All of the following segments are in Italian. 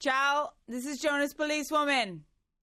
Ciao, this is Jonas Policewoman.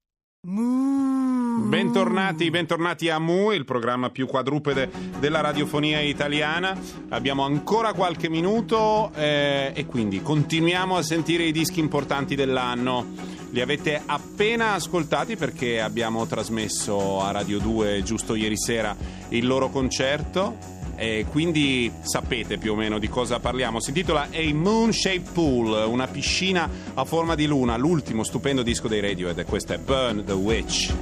Bentornati a Mu, il programma più quadrupede della radiofonia italiana. Abbiamo ancora qualche minuto e quindi continuiamo a sentire i dischi importanti dell'anno. Li avete appena ascoltati perché abbiamo trasmesso a Radio 2 giusto ieri sera il loro concerto e quindi sapete più o meno di cosa parliamo. Si intitola A Moon-Shaped Pool, una piscina a forma di luna, l'ultimo stupendo disco dei Radiohead, e questa è Burn the Witch.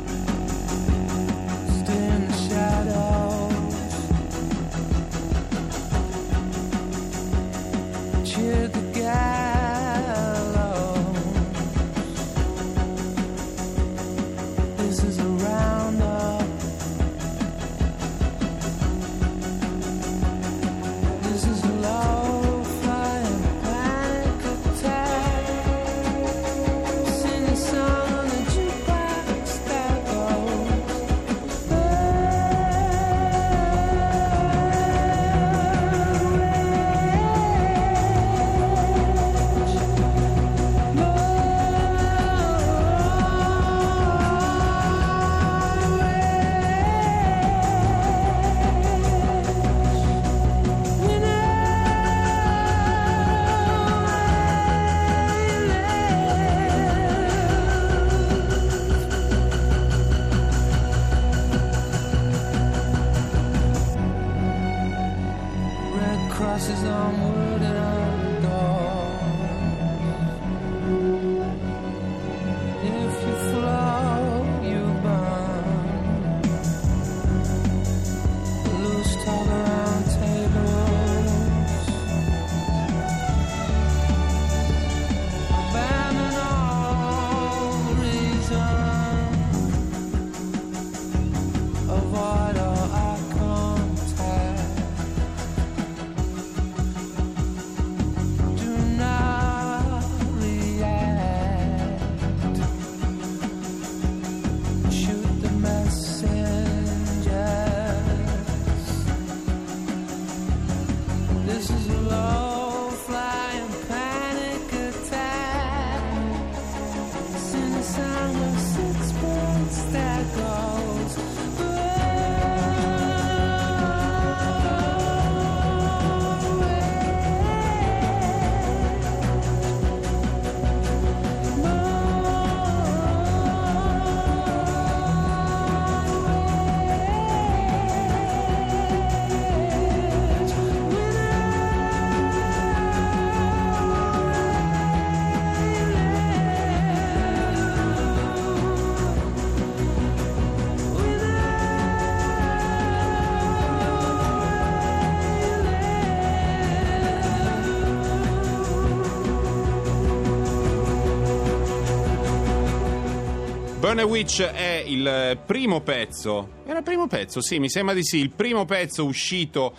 Burn the Witch è il primo pezzo. Era il primo pezzo? Sì, mi sembra di sì. Il primo pezzo uscito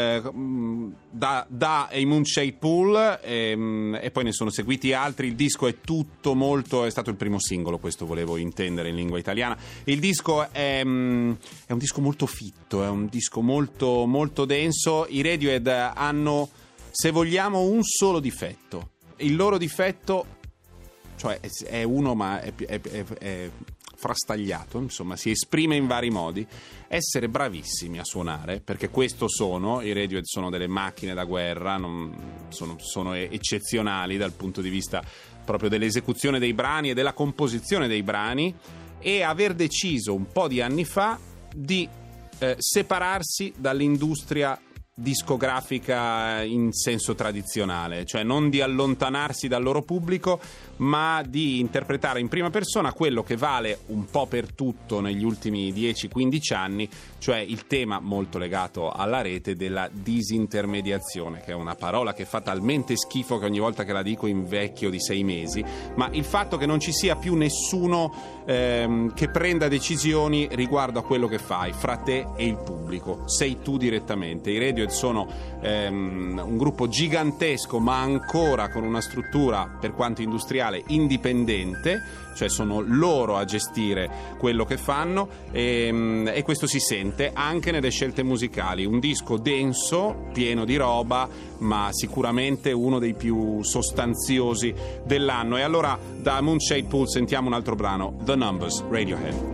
da A Moon-Shaped Pool e poi ne sono seguiti altri. Il disco è tutto molto... è stato il primo singolo, questo volevo intendere in lingua italiana. Il disco è un disco molto fitto, è un disco molto, molto denso. I Radiohead hanno, se vogliamo, un solo difetto. Il loro difetto, cioè è uno ma è frastagliato, insomma si esprime in vari modi, essere bravissimi a suonare, perché questo sono, i Radiohead sono delle macchine da guerra, sono eccezionali dal punto di vista proprio dell'esecuzione dei brani e della composizione dei brani, e aver deciso un po' di anni fa di separarsi dall'industria discografica in senso tradizionale, cioè non di allontanarsi dal loro pubblico, ma di interpretare in prima persona quello che vale un po' per tutto negli ultimi 10-15 anni, cioè il tema molto legato alla rete della disintermediazione, che è una parola che fa talmente schifo che ogni volta che la dico invecchio di 6 mesi, ma il fatto che non ci sia più nessuno che prenda decisioni riguardo a quello che fai fra te e il pubblico, sei tu direttamente. I Radiohead sono un gruppo gigantesco ma ancora con una struttura, per quanto industriale, indipendente, cioè sono loro a gestire quello che fanno, e questo si sente anche nelle scelte musicali. Un disco denso, pieno di roba, ma sicuramente uno dei più sostanziosi dell'anno. E allora da Moonshade Pool sentiamo un altro brano, The Numbers, Radiohead.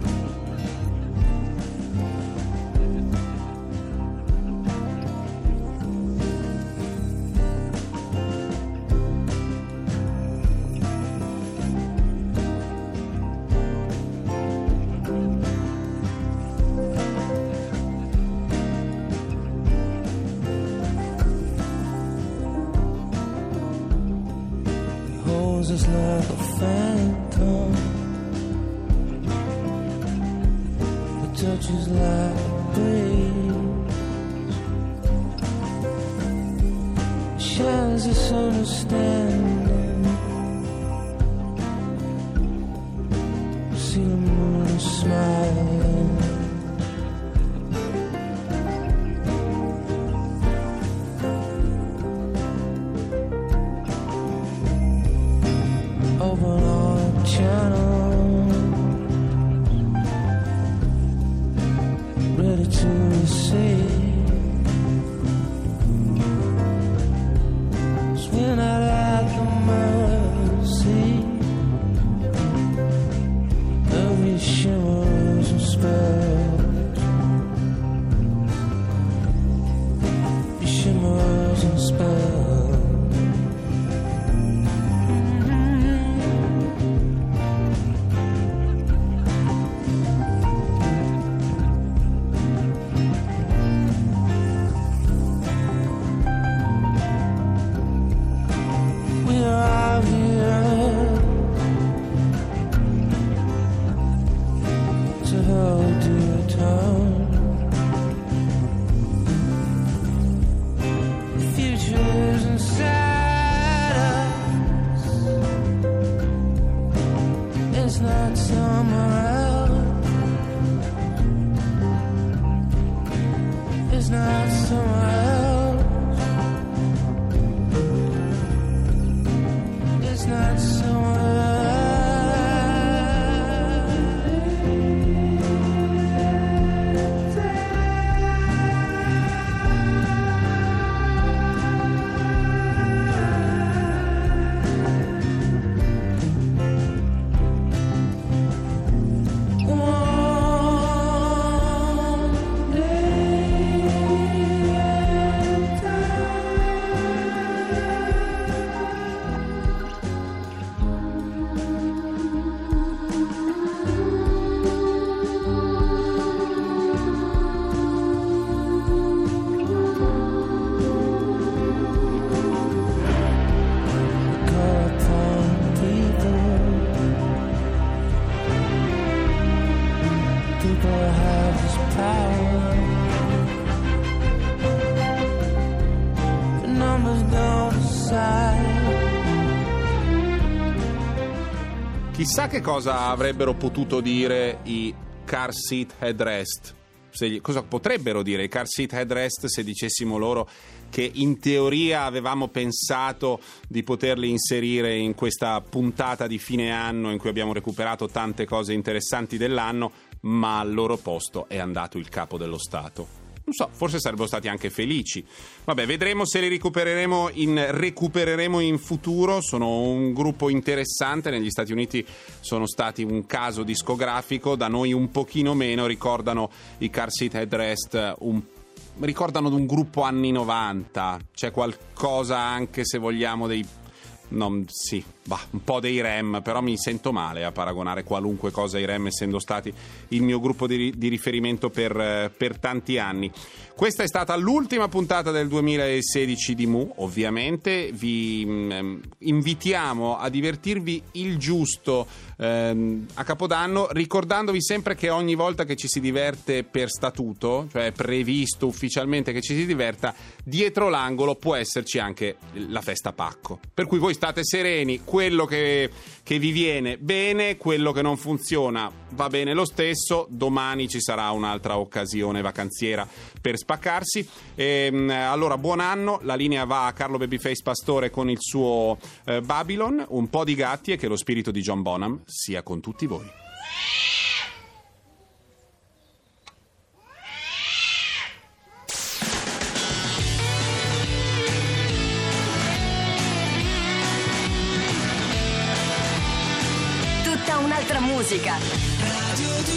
Just like a phantom, the touch is like a breeze, shines this understanding. See the moon smiling. Open on a channel, ready to receive. Swing out at the mercy of your shimmers and spells. Your shimmers and spells. It's not somewhere else. It's not somewhere else. It's not somewhere else. Chissà che cosa avrebbero potuto dire i car seat headrest. Cosa potrebbero dire i car seat headrest se dicessimo loro che in teoria avevamo pensato di poterli inserire in questa puntata di fine anno in cui abbiamo recuperato tante cose interessanti dell'anno, ma al loro posto è andato il capo dello Stato. Non so, forse sarebbero stati anche felici. Vabbè, vedremo se li recupereremo in futuro. Sono un gruppo interessante. Negli Stati Uniti sono stati un caso discografico, da noi un pochino meno. Ricordano i Car Seat Headrest ricordano un gruppo anni 90. C'è qualcosa anche, se vogliamo, un po' dei Rem, però mi sento male a paragonare qualunque cosa ai Rem, essendo stati il mio gruppo di riferimento per tanti anni. Questa è stata l'ultima puntata del 2016 di Mu. Ovviamente vi invitiamo a divertirvi il giusto a Capodanno, ricordandovi sempre che ogni volta che ci si diverte per statuto, cioè è previsto ufficialmente che ci si diverta, dietro l'angolo può esserci anche la festa Pacco. Per cui voi state sereni, quello che vi viene bene, quello che non funziona va bene lo stesso. Domani ci sarà un'altra occasione vacanziera per spaccarsi. Allora, buon anno, la linea va a Carlo Babyface Pastore con il suo Babylon, un po' di gatti, e che lo spirito di John Bonham sia con tutti voi. Tutta un'altra musica.